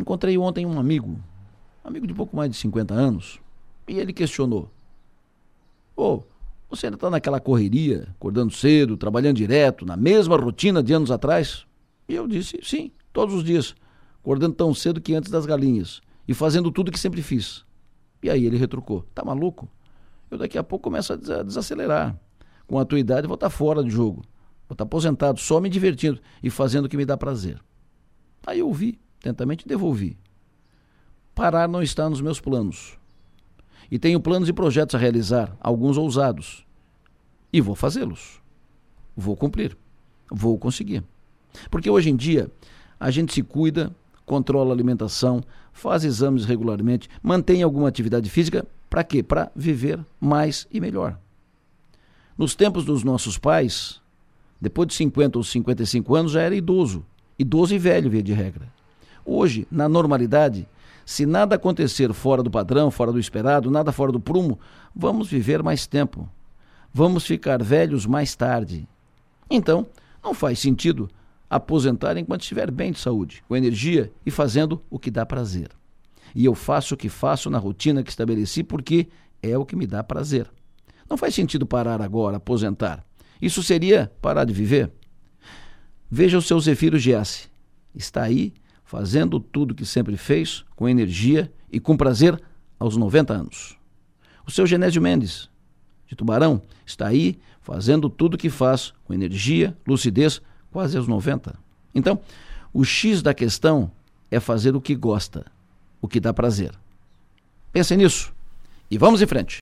encontrei ontem um amigo de pouco mais de 50 anos, e ele questionou: você ainda está naquela correria, acordando cedo, trabalhando direto, na mesma rotina de anos atrás? E eu disse: sim, todos os dias, acordando tão cedo que antes das galinhas, e fazendo tudo que sempre fiz. E aí ele retrucou: tá maluco? Eu daqui a pouco começo a desacelerar. Com a tua idade vou estar fora de jogo, vou estar aposentado, só me divertindo e fazendo o que me dá prazer. Aí eu ouvi, atentamente devolvi: parar não está nos meus planos. E tenho planos e projetos a realizar, alguns ousados. E vou fazê-los. Vou cumprir. Vou conseguir. Porque hoje em dia, a gente se cuida, controla a alimentação, faz exames regularmente, mantém alguma atividade física. Para quê? Para viver mais e melhor. Nos tempos dos nossos pais, depois de 50 ou 55 anos, já era idoso. Idoso e velho, via de regra. Hoje, na normalidade, se nada acontecer fora do padrão, fora do esperado, nada fora do prumo, vamos viver mais tempo. Vamos ficar velhos mais tarde. Então, não faz sentido aposentar enquanto estiver bem de saúde, com energia e fazendo o que dá prazer. E eu faço o que faço na rotina que estabeleci porque é o que me dá prazer. Não faz sentido parar agora, aposentar. Isso seria parar de viver. Veja o seu Zefiro Giassi. Está aí, fazendo tudo que sempre fez, com energia e com prazer, aos 90 anos. O seu Genésio Mendes, de Tubarão, está aí, fazendo tudo que faz, com energia, lucidez, quase aos 90. Então, o X da questão é fazer o que gosta, o que dá prazer. Pense nisso e vamos em frente.